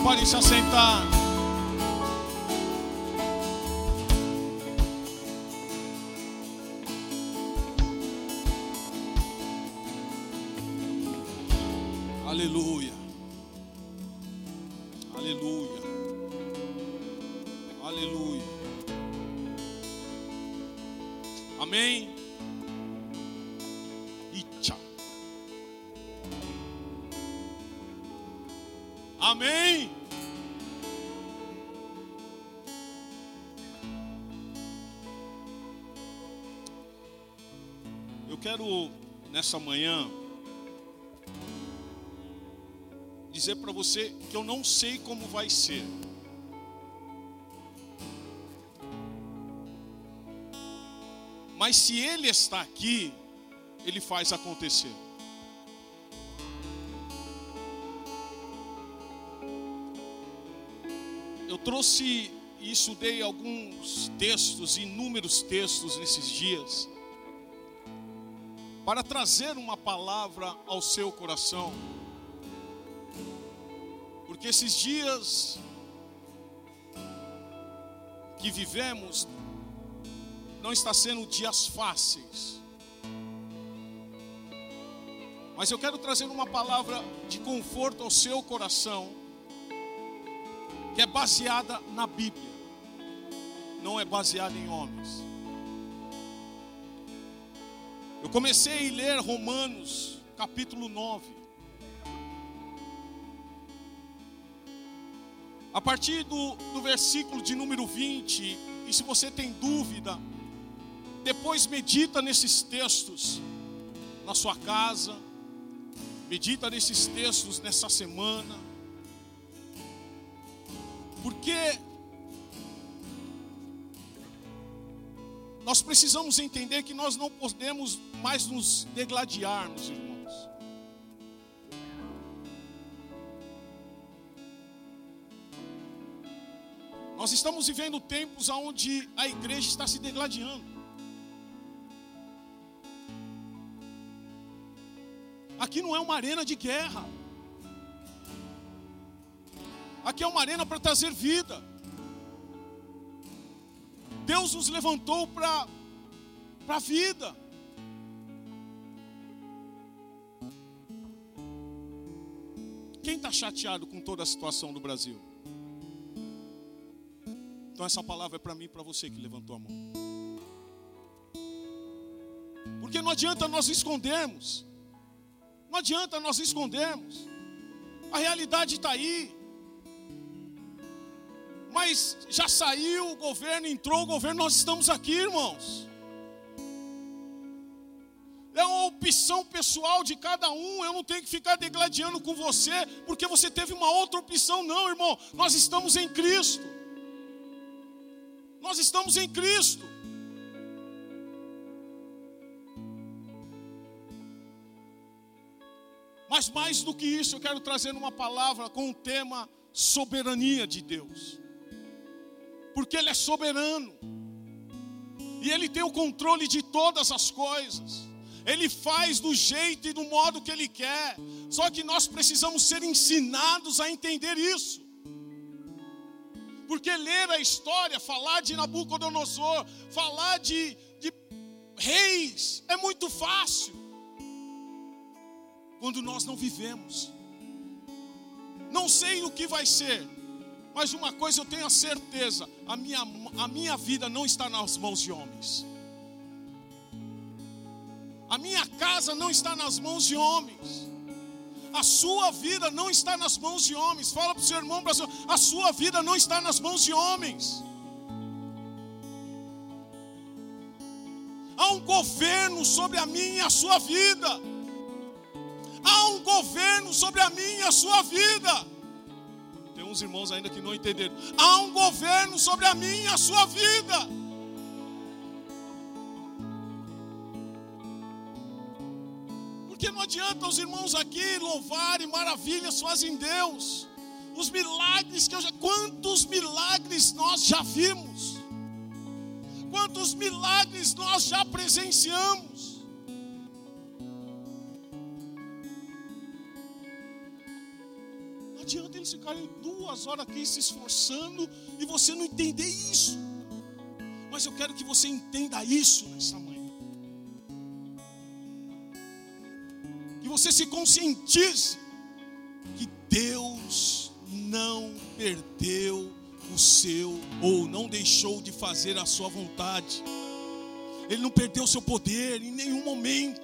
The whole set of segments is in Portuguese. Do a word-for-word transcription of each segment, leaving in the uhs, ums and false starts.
Pode se assentar. Aleluia. Aleluia. Aleluia. Amém. Icha. Amém. Eu quero nessa manhã dizer para você que eu não sei como vai ser. Mas se Ele está aqui, Ele faz acontecer. Eu trouxe e estudei alguns textos, inúmeros textos nesses dias, para trazer uma palavra ao seu coração. Porque esses dias que vivemos não está sendo dias fáceis. Mas eu quero trazer uma palavra de conforto ao seu coração, que é baseada na Bíblia, não é baseada em homens. Eu comecei a ler Romanos, capítulo nove. A partir do, do versículo de número vinte, e se você tem dúvida, depois medita nesses textos na sua casa, medita nesses textos nessa semana, porque nós precisamos entender que nós não podemos mais nos degladiar, meus irmãos. Nós estamos vivendo tempos onde a igreja está se degladiando. Aqui não é uma arena de guerra. Aqui é uma arena para trazer vida. Deus nos levantou para para a vida. Quem está chateado com toda a situação do Brasil? Então essa palavra é para mim e para você que levantou a mão. Porque não adianta nós escondermos. Não adianta nós escondermos. A realidade está aí. Mas já saiu o governo, entrou o governo, nós estamos aqui, irmãos. É uma opção pessoal de cada um. Eu não tenho que ficar degladiando com você porque você teve uma outra opção. Não, irmão, nós estamos em Cristo. Nós estamos em Cristo. Mas mais do que isso, eu quero trazer uma palavra com o tema soberania de Deus. Porque Ele é soberano. E Ele tem o controle de todas as coisas. Ele faz do jeito e do modo que Ele quer. Só que nós precisamos ser ensinados a entender isso. Porque ler a história, falar de Nabucodonosor, falar de, de reis, é muito fácil. Quando nós não vivemos. Não sei o que vai ser. Mas uma coisa eu tenho a certeza, a minha, a minha vida não está nas mãos de homens. A minha casa não está nas mãos de homens. A sua vida não está nas mãos de homens. Fala para o seu irmão, para a sua vida não está nas mãos de homens. Há um governo sobre a minha e a sua vida. Há um governo sobre a minha e a sua vida. Tem uns irmãos ainda que não entenderam. Há um governo sobre a minha e a sua vida. Porque não adianta os irmãos aqui louvarem, maravilhas fazem Deus. Os milagres que eu já... Quantos milagres nós já vimos? Quantos milagres nós já presenciamos? Não adianta, eles ficarem duas horas aqui se esforçando e você não entender isso. Mas eu quero que você entenda isso nessa manhã. Que você se conscientize que Deus não perdeu o seu, ou não deixou de fazer a sua vontade. Ele não perdeu o seu poder em nenhum momento.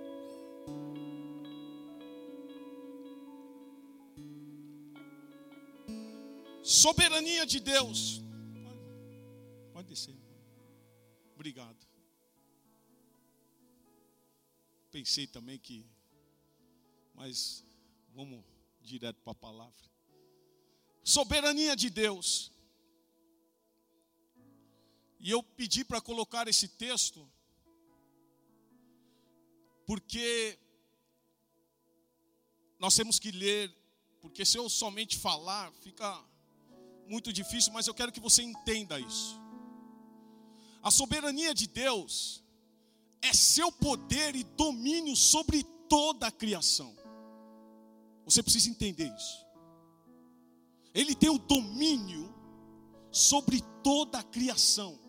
Soberania de Deus. Pode descer. Obrigado. Pensei também que, mas vamos direto para a palavra. Soberania de Deus. E eu pedi para colocar esse texto, porque nós temos que ler, porque se eu somente falar, fica muito difícil, mas eu quero que você entenda isso. A soberania de Deus é seu poder e domínio sobre toda a criação. Você precisa entender isso. Ele tem o domínio sobre toda a criação.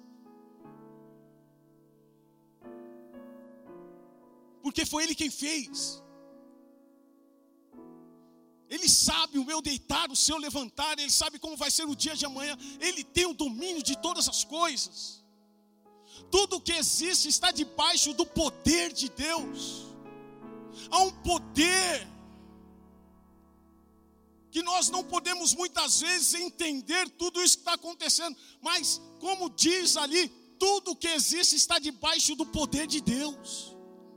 Porque foi Ele quem fez. Ele sabe o meu deitar, o seu levantar. Ele sabe como vai ser o dia de amanhã. Ele tem o domínio de todas as coisas. Tudo que existe está debaixo do poder de Deus. Há um poder que nós não podemos muitas vezes entender tudo isso que está acontecendo. Mas, como diz ali, tudo que existe está debaixo do poder de Deus.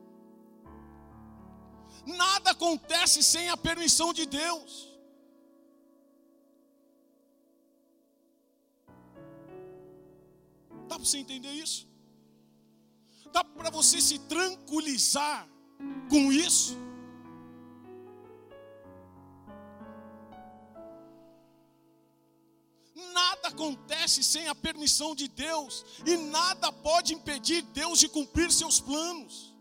Nada acontece sem a permissão de Deus. Dá para você entender isso? Dá para você se tranquilizar com isso? Nada acontece sem a permissão de Deus, e nada pode impedir Deus de cumprir seus planos.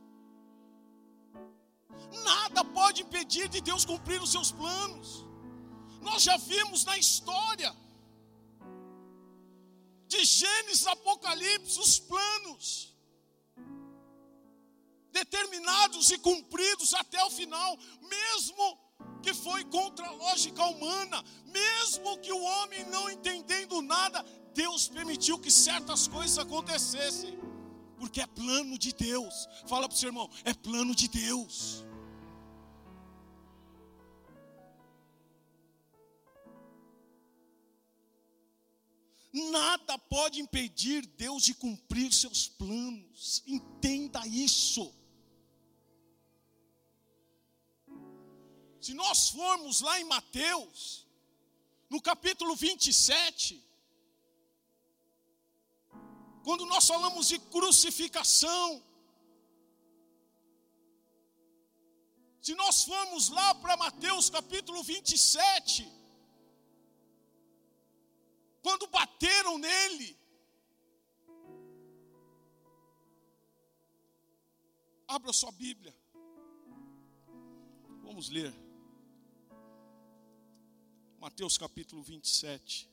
Nada pode impedir de Deus cumprir os seus planos. Nós já vimos na história, de Gênesis a Apocalipse, os planos determinados e cumpridos até o final, mesmo que foi contra a lógica humana, mesmo que o homem não entendendo nada, Deus permitiu que certas coisas acontecessem, porque é plano de Deus. Fala para o seu irmão, é plano de Deus. Nada pode impedir Deus de cumprir seus planos. Entenda isso. Se nós formos lá em Mateus, no capítulo vinte e sete, quando nós falamos de crucificação, se nós formos lá para Mateus capítulo vinte e sete, quando bateram nele, abra sua Bíblia, vamos ler, Mateus capítulo vinte e sete.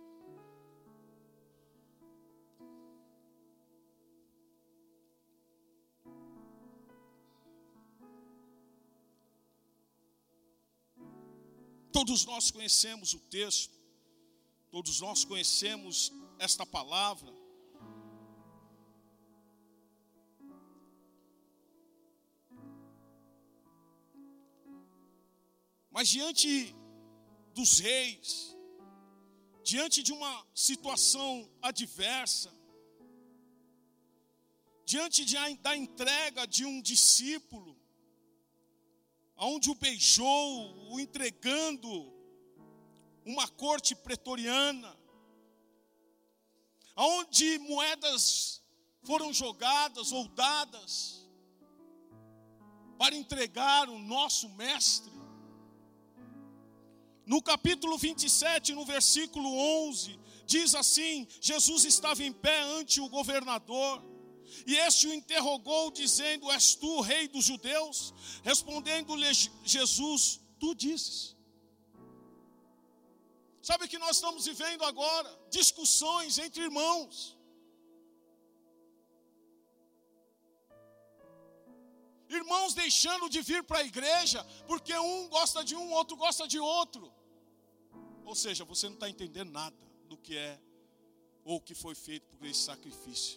Todos nós conhecemos o texto, todos nós conhecemos esta palavra. Mas diante dos reis, diante de uma situação adversa, diante de, da entrega de um discípulo, onde o beijou, o entregando uma corte pretoriana, onde moedas foram jogadas ou dadas para entregar o nosso mestre. No capítulo vinte e sete, no versículo onze, diz assim: Jesus estava em pé ante o governador, e este o interrogou, dizendo: és tu o rei dos judeus? Respondendo-lhe Jesus: tu dizes. Sabe o que nós estamos vivendo agora? Discussões entre irmãos. Irmãos deixando de vir para a igreja, porque um gosta de um, outro gosta de outro. Ou seja, você não está entendendo nada do que é, ou o que foi feito por esse sacrifício.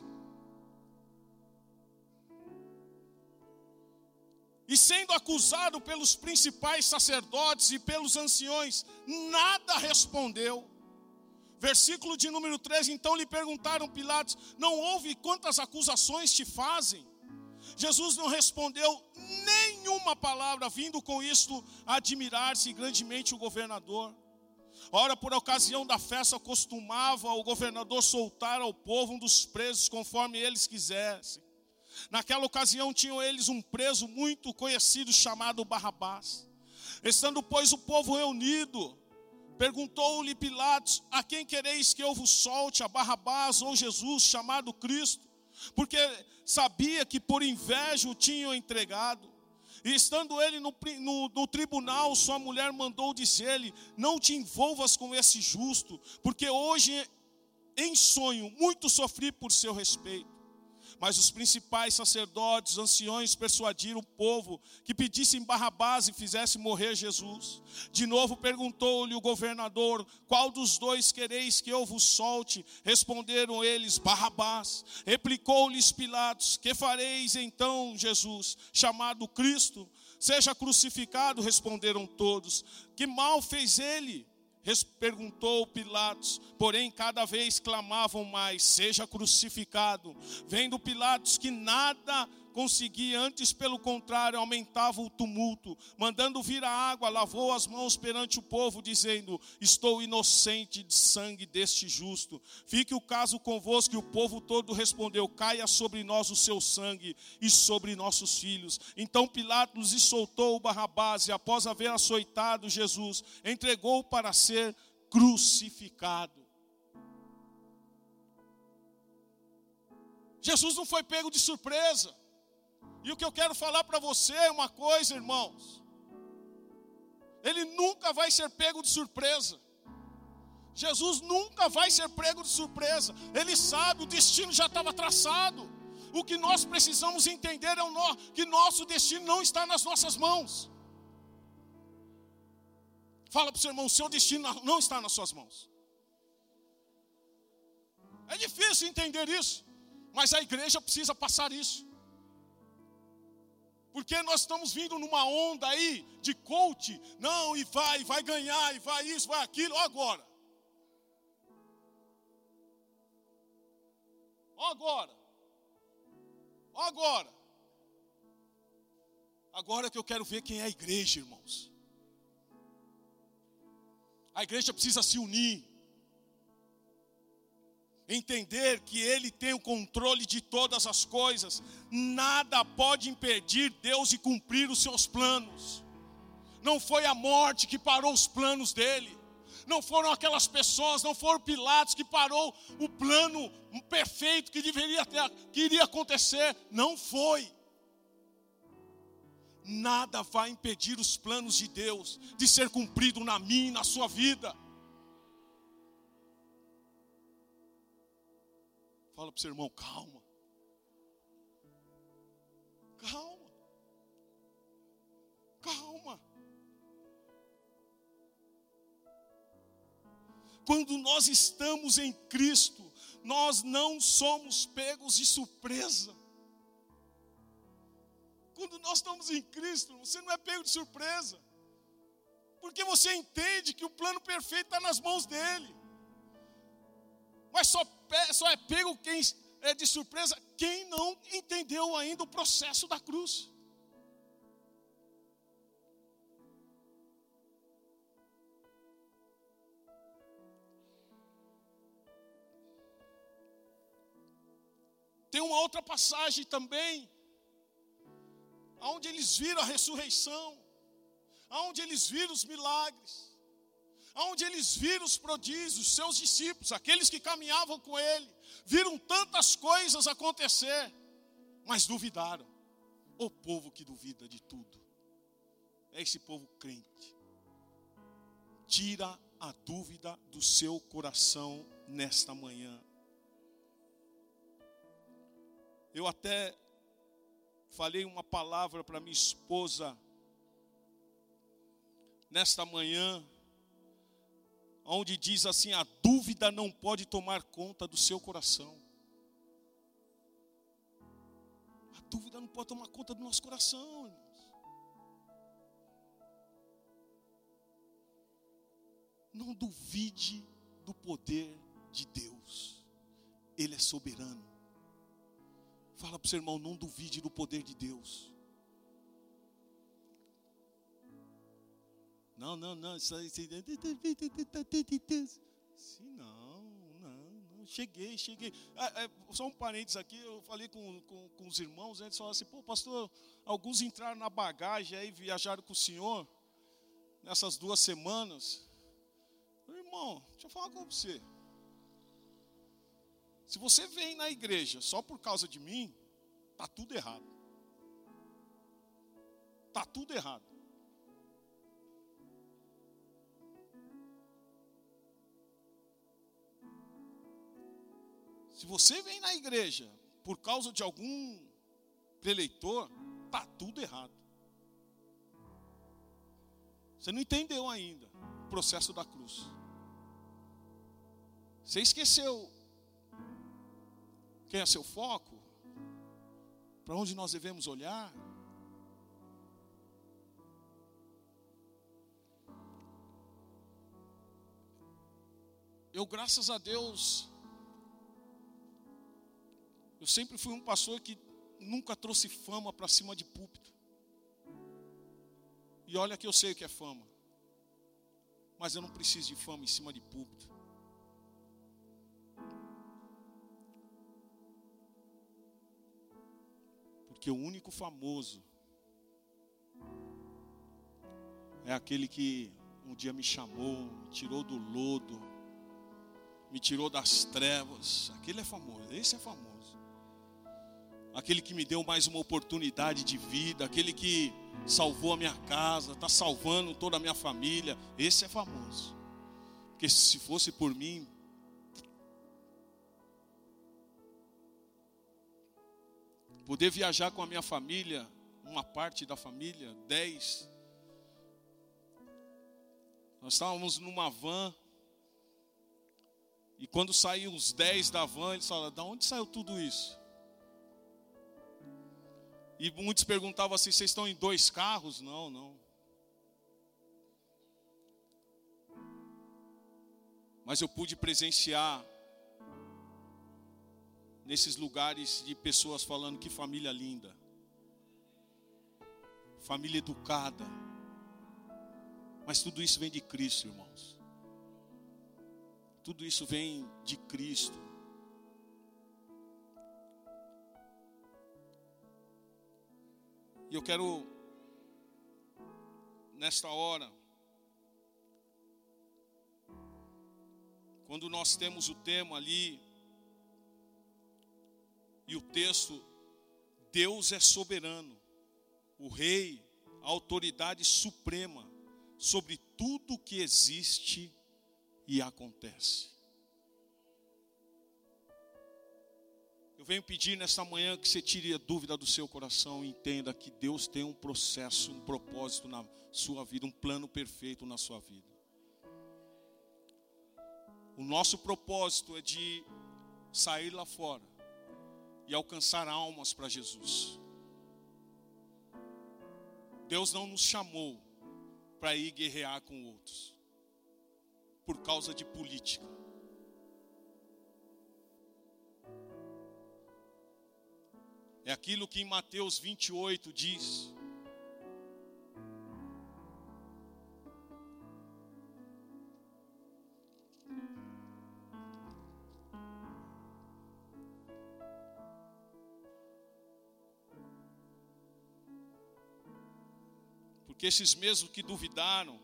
E sendo acusado pelos principais sacerdotes e pelos anciões, nada respondeu. Versículo de número treze, então lhe perguntaram Pilatos, não ouve quantas acusações te fazem? Jesus não respondeu nenhuma palavra, vindo com isto a admirar-se grandemente o governador. Ora, por ocasião da festa, costumava o governador soltar ao povo um dos presos, conforme eles quisessem. Naquela ocasião tinham eles um preso muito conhecido, chamado Barrabás. Estando, pois, o povo reunido, perguntou-lhe Pilatos, a quem quereis que eu vos solte, a Barrabás ou Jesus, chamado Cristo? Porque sabia que por inveja o tinham entregado. E estando ele no, no, no tribunal, sua mulher mandou dizer-lhe, não te envolvas com esse justo, porque hoje em sonho muito sofri por seu respeito. Mas os principais sacerdotes, os anciões, persuadiram o povo que pedissem Barrabás e fizessem morrer Jesus. De novo perguntou-lhe o governador, qual dos dois quereis que eu vos solte? Responderam eles, Barrabás. Replicou-lhes Pilatos, que fareis então, Jesus, chamado Cristo? Seja crucificado, responderam todos. Que mal fez ele? Perguntou Pilatos, porém cada vez clamavam mais, seja crucificado. Vendo Pilatos que nada conseguia, antes pelo contrário, aumentava o tumulto. Mandando vir a água, lavou as mãos perante o povo, dizendo, estou inocente de sangue deste justo. Fique o caso convosco. E o povo todo respondeu, caia sobre nós o seu sangue e sobre nossos filhos. Então Pilatos lhe soltou o Barrabás, e após haver açoitado Jesus, entregou-o para ser crucificado. Jesus não foi pego de surpresa. E o que eu quero falar para você é uma coisa, irmãos. Ele nunca vai ser pego de surpresa. Jesus nunca vai ser pego de surpresa. Ele sabe, o destino já estava traçado. O que nós precisamos entender é o no, que nosso destino não está nas nossas mãos. Fala para o seu irmão, o seu destino não está nas suas mãos. É difícil entender isso, mas a igreja precisa passar isso. Porque nós estamos vindo numa onda aí de coach, não, e vai, vai ganhar, e vai isso, vai aquilo, ó agora. Ó agora. Ó agora. Agora que eu quero ver quem é a igreja, irmãos. A igreja precisa se unir. Entender que Ele tem o controle de todas as coisas. Nada pode impedir Deus de cumprir os seus planos. Não foi a morte que parou os planos dEle. Não foram aquelas pessoas, não foram Pilatos que parou o plano perfeito que deveria ter, que iria acontecer. Não foi. Nada vai impedir os planos de Deus de ser cumprido na minha e na sua vida. Fala para o seu irmão, calma. Calma. Calma. Quando nós estamos em Cristo, nós não somos pegos de surpresa. Quando nós estamos em Cristo, você não é pego de surpresa. Porque você entende que o plano perfeito está nas mãos dEle. Mas só, só é pego quem é de surpresa quem não entendeu ainda o processo da cruz. Tem uma outra passagem também, onde eles viram a ressurreição, onde eles viram os milagres, onde eles viram os prodígios, seus discípulos, aqueles que caminhavam com ele, viram tantas coisas acontecer, mas duvidaram. O povo que duvida de tudo, é esse povo crente. Tira a dúvida do seu coração nesta manhã. Eu até falei uma palavra para minha esposa nesta manhã, onde diz assim: a dúvida não pode tomar conta do seu coração. A dúvida não pode tomar conta do nosso coração, irmãos. Não duvide do poder de Deus. Ele é soberano. Fala para o seu irmão, não duvide do poder de Deus. Não, não, não. Isso aí, sim, não, não, não. Cheguei, cheguei. É, é, só um parênteses aqui, eu falei com, com, com os irmãos, eles falaram assim: pô, pastor, alguns entraram na bagagem aí, viajaram com o senhor nessas duas semanas. Irmão, deixa eu falar com você. Se você vem na igreja só por causa de mim, está tudo errado. Está tudo errado. Se você vem na igreja por causa de algum preleitor, está tudo errado. Você não entendeu ainda o processo da cruz. Você esqueceu quem é seu foco? Para onde nós devemos olhar? Eu, graças a Deus, eu sempre fui um pastor que nunca trouxe fama para cima de púlpito. E olha que eu sei o que é fama. Mas eu não preciso de fama em cima de púlpito. Porque o único famoso é aquele que um dia me chamou, me tirou do lodo, me tirou das trevas. Aquele é famoso, esse é famoso. Aquele que me deu mais uma oportunidade de vida, aquele que salvou a minha casa, está salvando toda a minha família. Esse é famoso. Porque se fosse por mim, poder viajar com a minha família, uma parte da família, dez. Nós estávamos numa van. E quando saíam os dez da van, eles falaram: de onde saiu tudo isso? E muitos perguntavam assim: vocês estão em dois carros? Não, não. Mas eu pude presenciar nesses lugares de pessoas falando: que família linda, família educada. Mas tudo isso vem de Cristo, irmãos. Tudo isso vem de Cristo. E eu quero, nesta hora, quando nós temos o tema ali, e o texto, Deus é soberano, o rei, a autoridade suprema sobre tudo que existe e acontece. Eu venho pedir nesta manhã que você tire a dúvida do seu coração e entenda que Deus tem um processo, um propósito na sua vida, um plano perfeito na sua vida. O nosso propósito é de sair lá fora e alcançar almas para Jesus. Deus não nos chamou para ir guerrear com outros por causa de política. É aquilo que em Mateus vinte e oito diz: porque esses mesmos que duvidaram,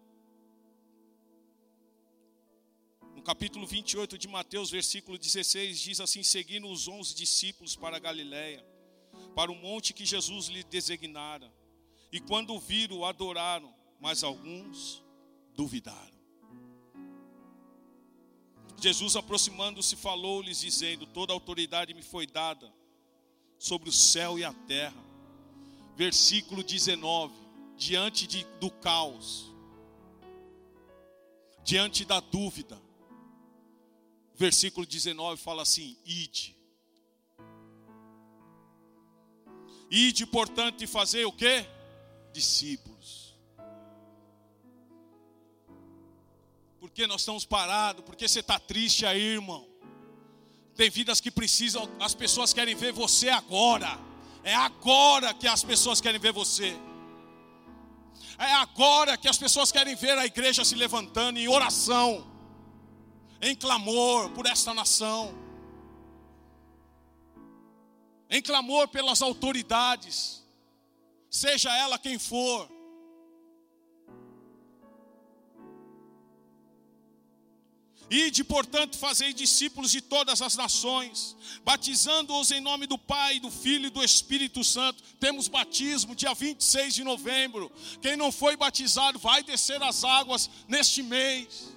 no capítulo vinte e oito de Mateus, versículo dezesseis, diz assim: seguindo os onze discípulos para a Galiléia, para o monte que Jesus lhe designara. E quando o viram, adoraram, mas alguns duvidaram. Jesus, aproximando-se, falou-lhes, dizendo: toda autoridade me foi dada sobre o céu e a terra. Versículo dezenove. Diante de, do caos, diante da dúvida, versículo dezenove fala assim: ide. Ide, portanto, e fazer o quê? Discípulos. Por que nós estamos parados? Por que você está triste aí, irmão? Tem vidas que precisam, as pessoas querem ver você agora. É agora que as pessoas querem ver você. É agora que as pessoas querem ver a igreja se levantando em oração, em clamor por esta nação, em clamor pelas autoridades, seja ela quem for. Ide, portanto, fazei discípulos de todas as nações, batizando-os em nome do Pai, do Filho e do Espírito Santo. Temos batismo dia vinte e seis de novembro. Quem não foi batizado vai descer as águas neste mês.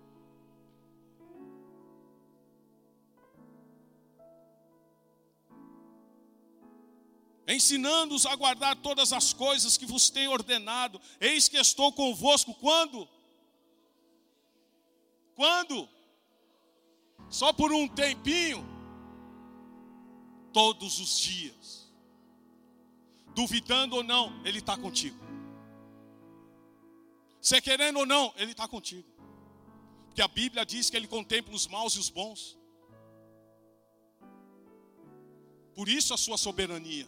Ensinando-os a guardar todas as coisas que vos tenho ordenado. Eis que estou convosco quando? Quando? Só por um tempinho? Todos os dias. Duvidando ou não, Ele está contigo. Você querendo ou não, Ele está contigo. Porque a Bíblia diz que Ele contempla os maus e os bons. Por isso a sua soberania.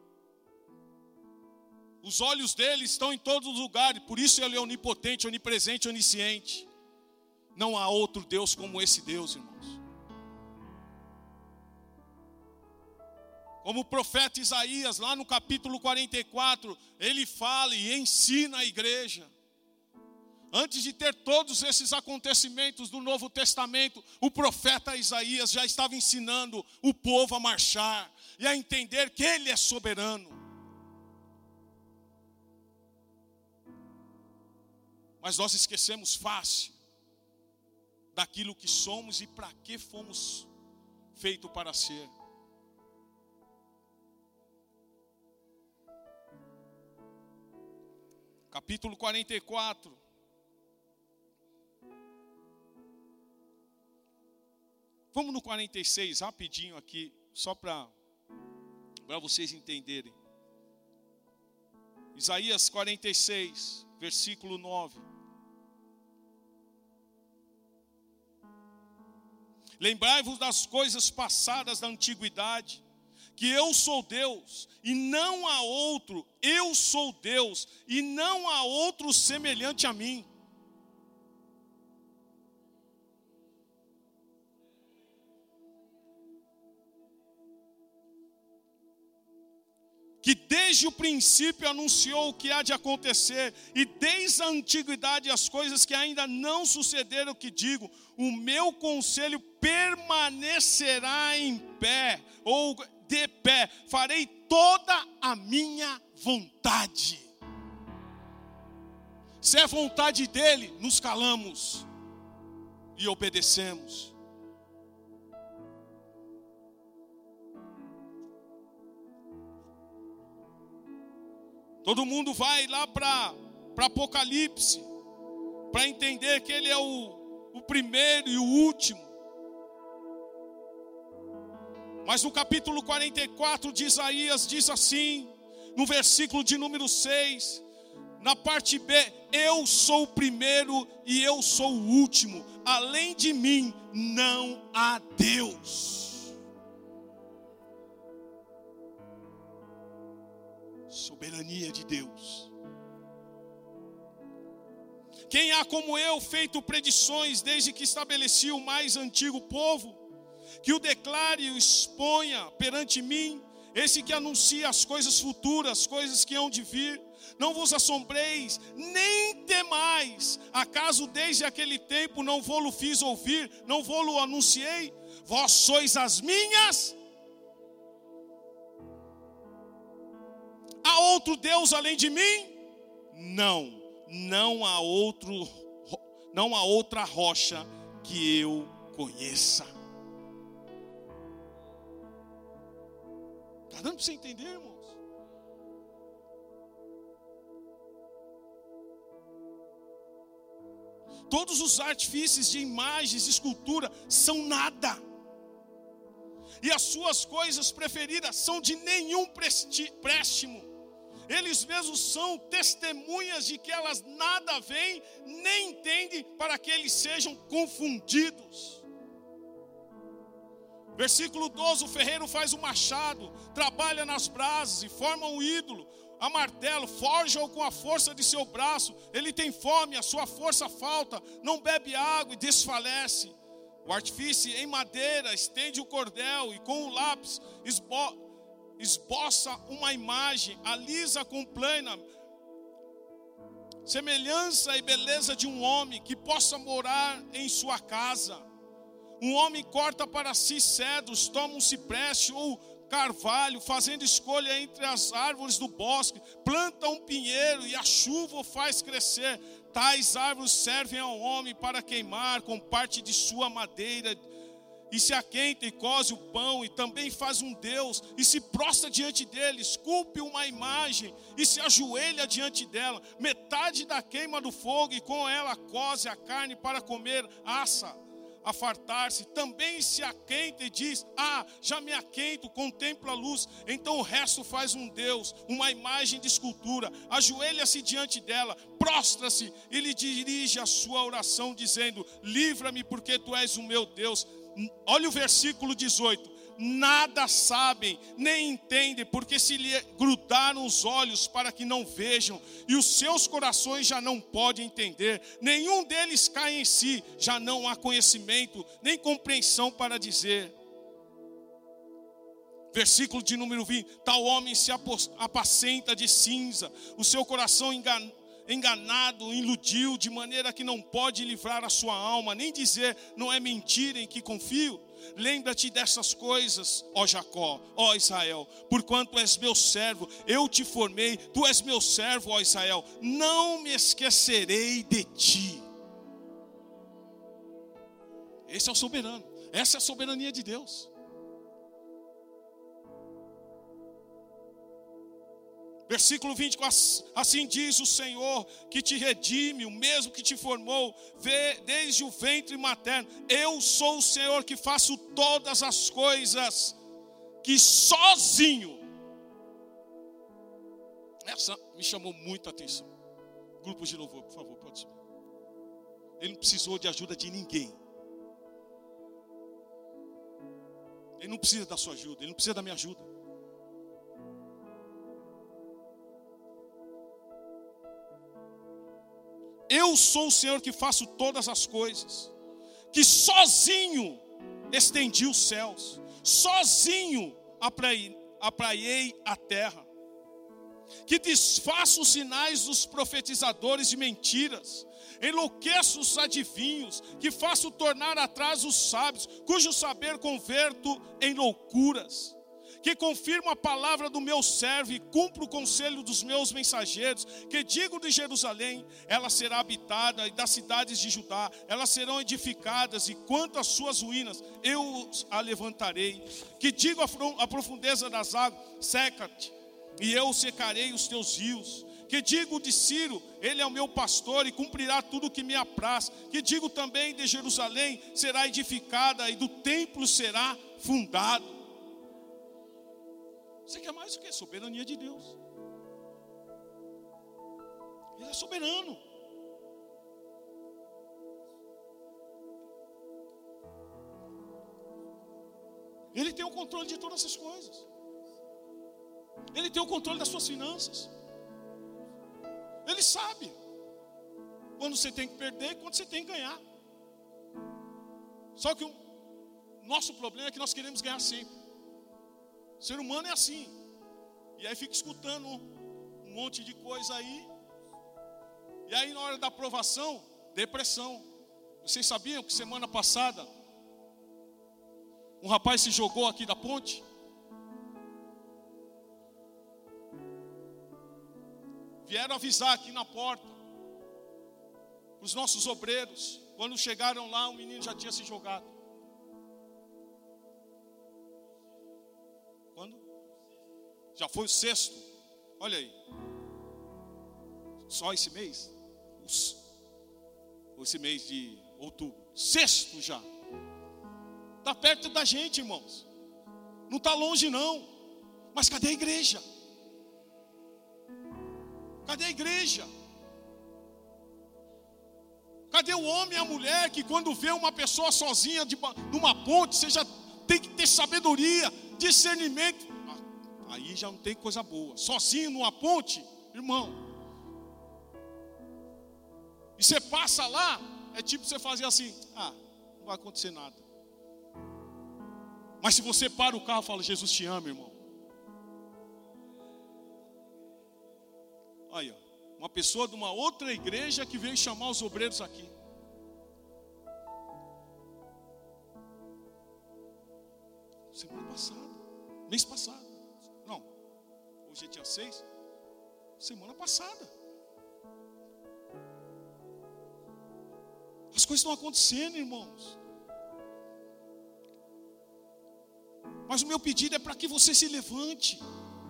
Os olhos dele estão em todos os lugares. Por isso Ele é onipotente, onipresente, onisciente. Não há outro Deus como esse Deus, irmãos. Como o profeta Isaías, lá no capítulo quarenta e quatro, ele fala e ensina a igreja. Antes de ter todos esses acontecimentos do Novo Testamento, o profeta Isaías já estava ensinando o povo a marchar e a entender que Ele é soberano. Mas nós esquecemos fácil daquilo que somos e para que fomos feitos para ser. Capítulo quarenta e quatro. Vamos no quarenta e seis, rapidinho aqui, só para para vocês entenderem. Isaías quarenta e seis, versículo nove. Lembrai-vos das coisas passadas da antiguidade, que eu sou Deus, e não há outro, eu sou Deus, e não há outro semelhante a mim. Que desde o princípio anunciou o que há de acontecer, e desde a antiguidade as coisas que ainda não sucederam, que digo, o meu conselho permanecerá em pé, ou de pé, farei toda a minha vontade. Se é vontade dele, nos calamos e obedecemos. Todo mundo vai lá para Apocalipse, para entender que ele é o, o primeiro e o último. Mas no capítulo quarenta e quatro de Isaías diz assim, no versículo de número seis, na parte B, eu sou o primeiro e eu sou o último, além de mim não há Deus. Soberania de Deus. Quem há como eu feito predições desde que estabeleci o mais antigo povo, que o declare e o exponha perante mim, esse que anuncia as coisas futuras, coisas que hão de vir. Não vos assombreis, nem temais, acaso desde aquele tempo não vou-lo fiz ouvir, não vou-lo anunciei? Vós sois as minhas. Há outro Deus além de mim? Não, não há outro, não há outra rocha que eu conheça. Está dando para você entender, irmãos? Todos os artifícios de imagens de escultura são nada. E as suas coisas preferidas são de nenhum préstimo. Eles mesmos são testemunhas de que elas nada veem, nem entendem, para que eles sejam confundidos. Versículo doze, o ferreiro faz um machado, trabalha nas brasas e forma um ídolo. A martelo, forja-o com a força de seu braço. Ele tem fome, a sua força falta, não bebe água e desfalece. O artífice em madeira estende o cordel e com o lápis esbo, esboça uma imagem, alisa com plana, semelhança e beleza de um homem que possa morar em sua casa. Um homem corta para si cedros, toma um cipreste ou carvalho, fazendo escolha entre as árvores do bosque, planta um pinheiro e a chuva o faz crescer. Tais árvores servem ao homem para queimar com parte de sua madeira, e se aquenta e coze o pão, e também faz um Deus, e se prostra diante dele, esculpe uma imagem, e se ajoelha diante dela. Metade da queima do fogo, e com ela coze a carne para comer, assa a fartar-se, também se aquenta e diz: ah, já me aquento, contempla a luz. Então o resto faz um Deus, uma imagem de escultura, ajoelha-se diante dela, prostra-se e lhe dirige a sua oração, dizendo: livra-me, porque tu és o meu Deus. Olha o versículo dezoito. Nada sabem, nem entendem, porque se lhe grudaram os olhos para que não vejam, e os seus corações já não podem entender. Nenhum deles cai em si, já não há conhecimento, nem compreensão para dizer. Versículo de número vinte. Tal homem se apacenta de cinza, o seu coração engan, enganado, iludiu, de maneira que não pode livrar a sua alma, nem dizer: não é mentira em que confio. Lembra-te dessas coisas, ó Jacó, ó Israel, porquanto és meu servo, eu te formei, tu és meu servo, ó Israel, não me esquecerei de ti. Esse é o soberano, essa é a soberania de Deus. Versículo vinte, assim diz o Senhor que te redime, o mesmo que te formou, vê desde o ventre materno. Eu sou o Senhor que faço todas as coisas, que sozinho. Essa me chamou muita atenção. Grupos de louvor, por favor, pode subir. Ele não precisou de ajuda de ninguém. Ele não precisa da sua ajuda, ele não precisa da minha ajuda. Eu sou o Senhor que faço todas as coisas, que sozinho estendi os céus, sozinho apraiei a terra, que desfaço os sinais dos profetizadores de mentiras, enlouqueço os adivinhos, que faço tornar atrás os sábios, cujo saber converto em loucuras, que confirmo a palavra do meu servo e cumpro o conselho dos meus mensageiros, que digo de Jerusalém, ela será habitada, e das cidades de Judá, elas serão edificadas, e quanto às suas ruínas, eu a levantarei, que digo à profundeza das águas, seca-te, e eu secarei os teus rios, que digo de Ciro, ele é o meu pastor e cumprirá tudo o que me apraz, que digo também de Jerusalém, será edificada, e do templo será fundado. Você quer mais o que? Soberania de Deus. Ele é soberano. Ele tem o controle de todas essas coisas. Ele tem o controle das suas finanças. Ele sabe quando você tem que perder e quando você tem que ganhar. Só que o nosso problema é que nós queremos ganhar sempre. O ser humano é assim. E aí fica escutando um monte de coisa aí. E aí na hora da aprovação, depressão. Vocês sabiam que semana passada um rapaz se jogou aqui da ponte? Vieram avisar aqui na porta os nossos obreiros. Quando chegaram lá, o menino já tinha se jogado. Já foi o sexto. Olha aí. Só esse mês? Esse mês de outubro. Sexto já. Está perto da gente, irmãos. Não está longe não. Mas cadê a igreja? Cadê a igreja? Cadê o homem e a mulher que quando vê uma pessoa sozinha de, numa ponte, você já tem que ter sabedoria, discernimento. Aí já não tem coisa boa. Sozinho numa ponte, irmão. E você passa lá, é tipo você fazer assim, ah, não vai acontecer nada. Mas se você para o carro e fala, Jesus te ama, irmão. Aí, ó. Uma pessoa de uma outra igreja que veio chamar os obreiros aqui. Semana passada, mês passado. Não, hoje é dia seis. Semana passada. As coisas estão acontecendo, irmãos. Mas o meu pedido é para que você se levante.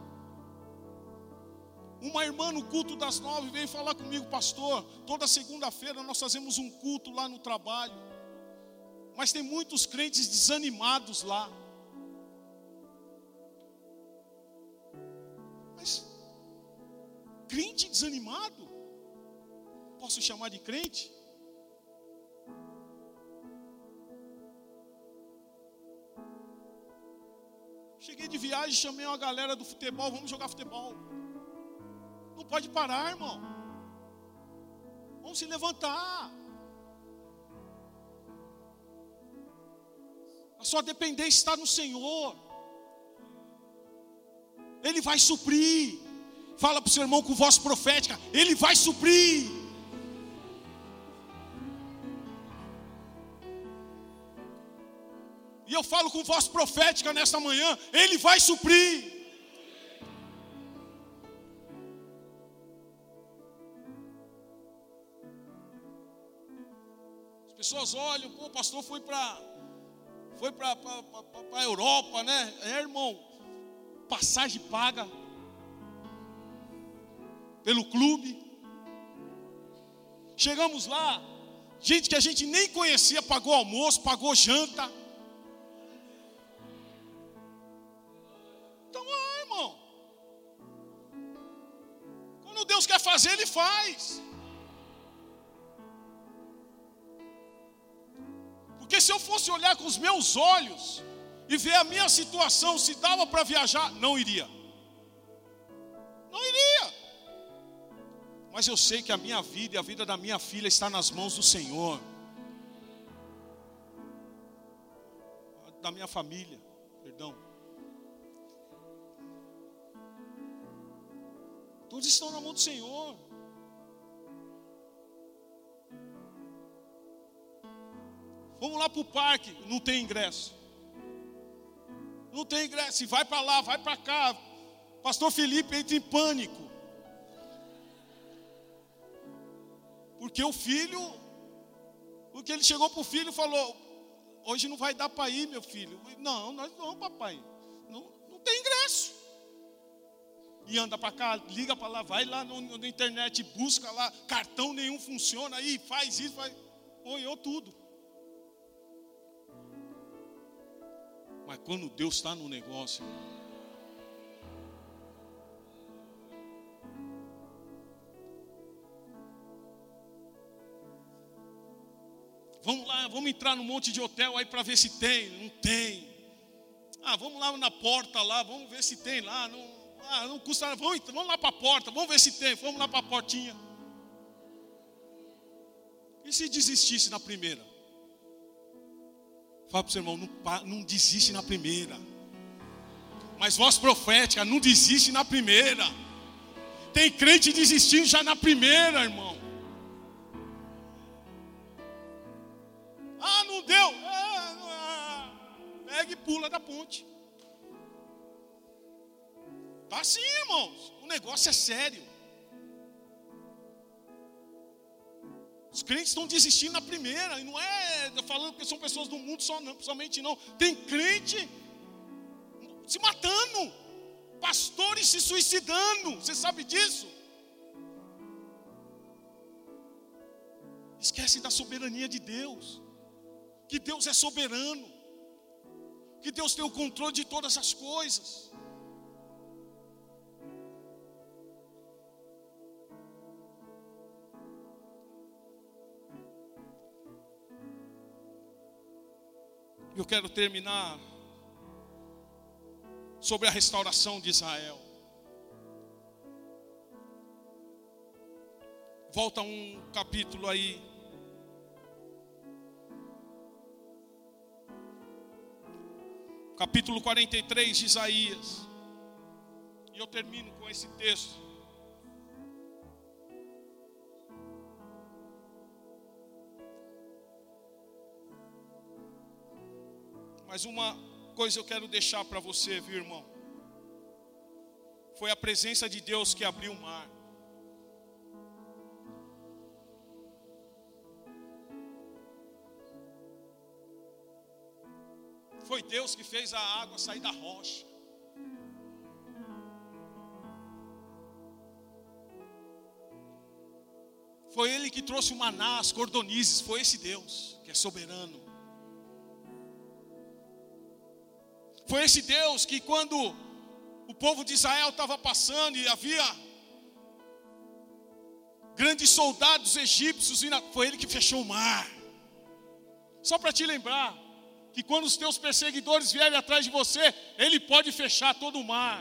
Uma irmã no culto das nove veio falar comigo, pastor, toda segunda-feira nós fazemos um culto lá no trabalho. Mas tem muitos crentes desanimados lá. Mas, crente desanimado? Posso chamar de crente? Cheguei de viagem, chamei uma galera do futebol, vamos jogar futebol. Não pode parar, irmão. Vamos se levantar. A sua dependência está no Senhor. Ele vai suprir. Fala para o seu irmão com voz profética. Ele vai suprir. E eu falo com voz profética nesta manhã. Ele vai suprir. Pessoas olham, pô, o pastor foi para foi para a Europa, né? É, irmão, passagem paga pelo clube. Chegamos lá, gente que a gente nem conhecia, pagou almoço, pagou janta. Então, ah, irmão, quando Deus quer fazer, Ele faz. Porque se eu fosse olhar com os meus olhos e ver a minha situação, se dava para viajar, não iria. Não iria. Mas eu sei que a minha vida e a vida da minha filha está nas mãos do Senhor. Da minha família, perdão. Todos estão na mão do Senhor. Vamos lá para o parque, não tem ingresso. Não tem ingresso, se vai para lá, vai para cá. Pastor Felipe entra em pânico. Porque o filho, porque ele chegou para o filho e falou, hoje não vai dar para ir, meu filho. Não, nós não, papai. Não, não tem ingresso. E anda para cá, liga para lá, vai lá no, na internet, busca lá, cartão nenhum funciona, aí faz isso, faz. Olhou tudo. Mas quando Deus está no negócio, vamos lá, vamos entrar num monte de hotel aí para ver se tem, não tem. Ah, vamos lá na porta lá, vamos ver se tem lá, não, ah, não custa, vamos, vamos lá para a porta, vamos ver se tem, vamos lá para a portinha. E se desistisse na primeira? Fala para o seu irmão, não, não desiste na primeira. Mas voz profética, não desiste na primeira. Tem crente desistindo já na primeira, irmão. Ah, não deu. Ah, pega e pula da ponte. Tá assim, irmãos. O negócio é sério. Os crentes estão desistindo na primeira. E não é falando que são pessoas do mundo só não, somente não. Tem crente se matando. Pastores se suicidando, você sabe disso? Esquece da soberania de Deus, que Deus é soberano, que Deus tem o controle de todas as coisas. Eu quero terminar sobre a restauração de Israel. Volta um capítulo aí. Capítulo quarenta e três de Isaías. E eu termino com esse texto. Mas uma coisa eu quero deixar para você, viu, irmão? Foi a presença de Deus que abriu o mar. Foi Deus que fez a água sair da rocha. Foi Ele que trouxe o maná, as cordonizes. Foi esse Deus que é soberano. Foi esse Deus que quando o povo de Israel estava passando e havia grandes soldados egípcios, foi Ele que fechou o mar. Só para te lembrar que quando os teus perseguidores vierem atrás de você, Ele pode fechar todo o mar.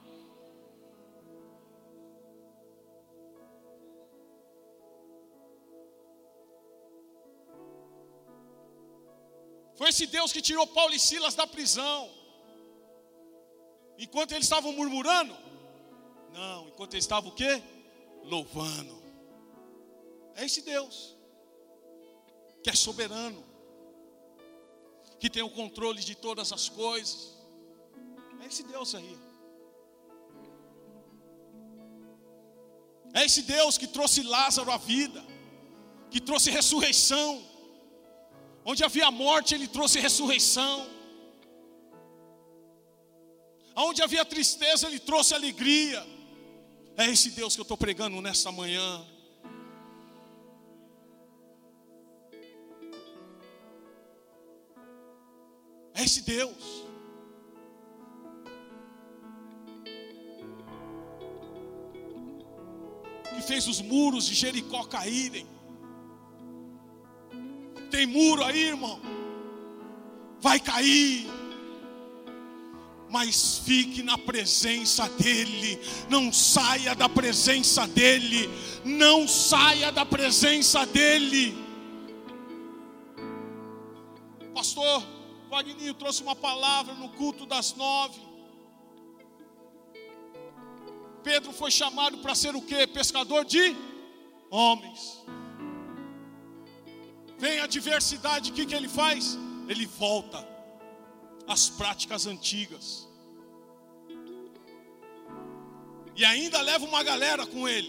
Foi esse Deus que tirou Paulo e Silas da prisão. Enquanto eles estavam murmurando? Não, enquanto eles estavam o quê? Louvando. É esse Deus que é soberano, que tem o controle de todas as coisas. É esse Deus aí. É esse Deus que trouxe Lázaro à vida, que trouxe ressurreição. Onde havia morte, Ele trouxe ressurreição. Onde havia tristeza, Ele trouxe alegria. É esse Deus que eu estou pregando nesta manhã. É esse Deus. Que fez os muros de Jericó caírem. Tem muro aí, irmão. Vai cair. Mas fique na presença dEle. Não saia da presença dEle. Não saia da presença dEle. Pastor Wagninho trouxe uma palavra no culto das nove. Pedro foi chamado para ser o quê? Pescador de homens. Vem a diversidade, o que, que ele faz? Ele volta às práticas antigas. E ainda leva uma galera com ele.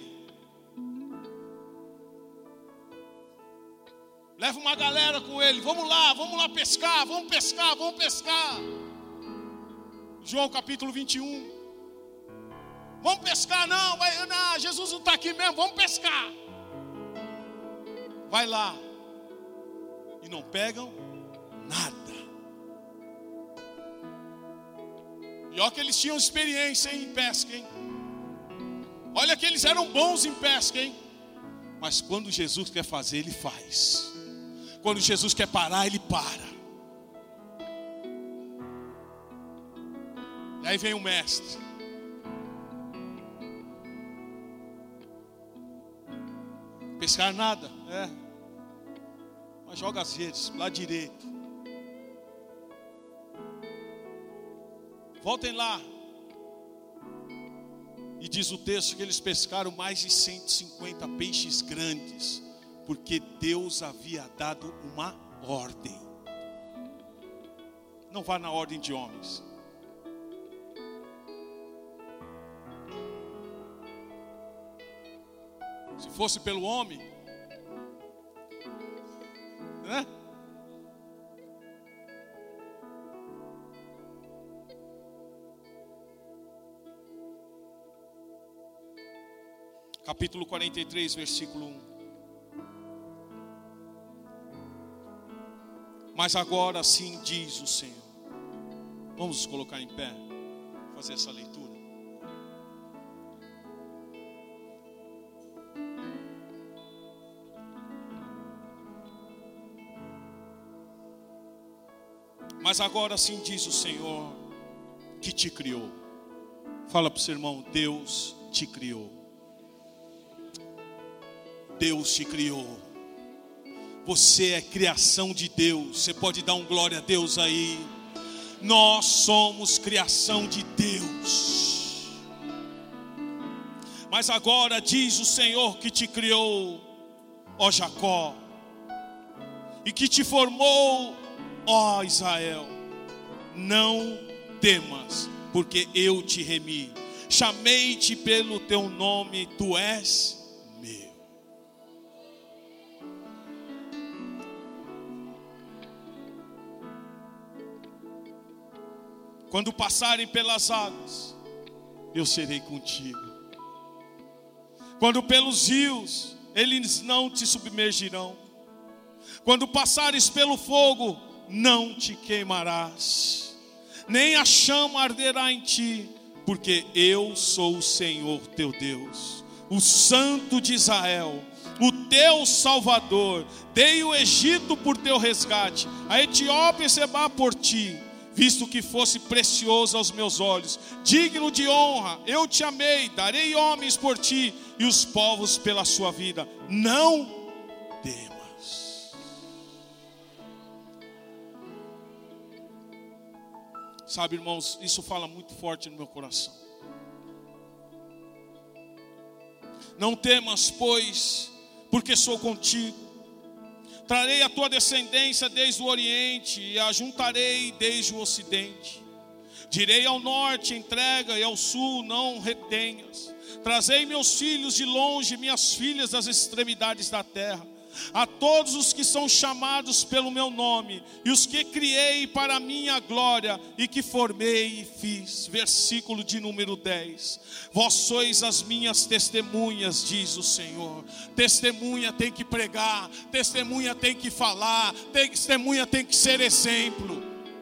Leva uma galera com ele. Vamos lá, vamos lá pescar, vamos pescar, vamos pescar. João capítulo vinte e um. Vamos pescar, não, vai, não, Jesus não está aqui mesmo, vamos pescar. Vai lá. E não pegam nada. E olha que eles tinham experiência em pesca, hein? Olha que eles eram bons em pesca, hein? Mas quando Jesus quer fazer, Ele faz. Quando Jesus quer parar, Ele para. E aí vem o mestre. Pescar nada? É. Mas joga as redes, lá direito. Voltem lá. E diz o texto que eles pescaram mais de cento e cinquenta peixes grandes, porque Deus havia dado uma ordem. Não vá na ordem de homens. Se fosse pelo homem, né? capítulo quarenta e três, versículo um. Mas agora assim diz o Senhor. Vamos nos colocar em pé, fazer essa leitura. Mas agora assim diz o Senhor que te criou. Fala para o seu irmão: Deus te criou. Deus te criou. Você é criação de Deus. Você pode dar um glória a Deus aí. Nós somos criação de Deus. Mas agora diz o Senhor que te criou, ó Jacó, e que te formou, ó Israel. Não temas, porque eu te remi. Chamei-te pelo teu nome, tu és meu. Quando passarem pelas águas, eu serei contigo. Quando pelos rios, eles não te submergirão. Quando passares pelo fogo, não te queimarás, nem a chama arderá em ti, porque eu sou o Senhor teu Deus, o Santo de Israel, o teu Salvador. Dei o Egito por teu resgate, a Etiópia e Sebá por ti, visto que fosse precioso aos meus olhos, digno de honra. Eu te amei, darei homens por ti e os povos pela sua vida. Não temas. Sabe, irmãos, isso fala muito forte no meu coração. Não temas, pois, porque sou contigo. Trarei a tua descendência desde o oriente e a juntarei desde o ocidente. Direi ao norte, entrega, e ao sul, não retenhas. Trazei meus filhos de longe, minhas filhas das extremidades da terra. A todos os que são chamados pelo meu nome, e os que criei para a minha glória, e que formei e fiz. Versículo de número dez. Vós sois as minhas testemunhas, diz o Senhor. Testemunha tem que pregar, testemunha tem que falar, testemunha tem que ser exemplo.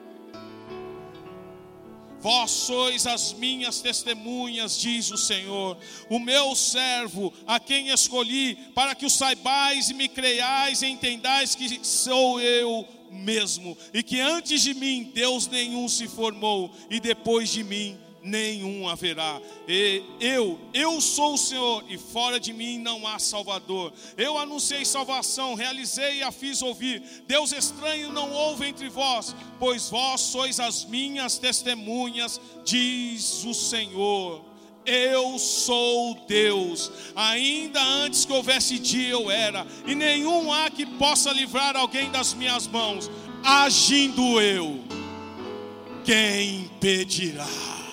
Vós sois as minhas testemunhas, diz o Senhor, o meu servo, a quem escolhi, para que o saibais e me creiais e entendais que sou eu mesmo, e que antes de mim Deus nenhum se formou, e depois de mim nenhum haverá. E eu, eu sou o Senhor, e fora de mim não há Salvador. Eu anunciei salvação, realizei e a fiz ouvir. Deus estranho não houve entre vós, pois vós sois as minhas testemunhas, diz o Senhor. Eu sou Deus, ainda antes que houvesse dia eu era, e nenhum há que possa livrar alguém das minhas mãos. Agindo eu, quem impedirá?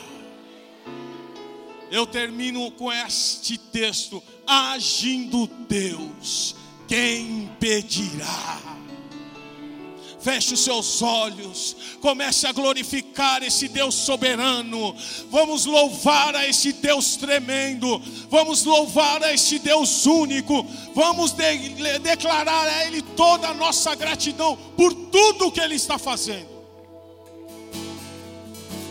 Eu termino com este texto: agindo Deus, quem impedirá? Feche os seus olhos, comece a glorificar esse Deus soberano. Vamos louvar a esse Deus tremendo, vamos louvar a esse Deus único, vamos de- declarar a Ele toda a nossa gratidão por tudo que Ele está fazendo.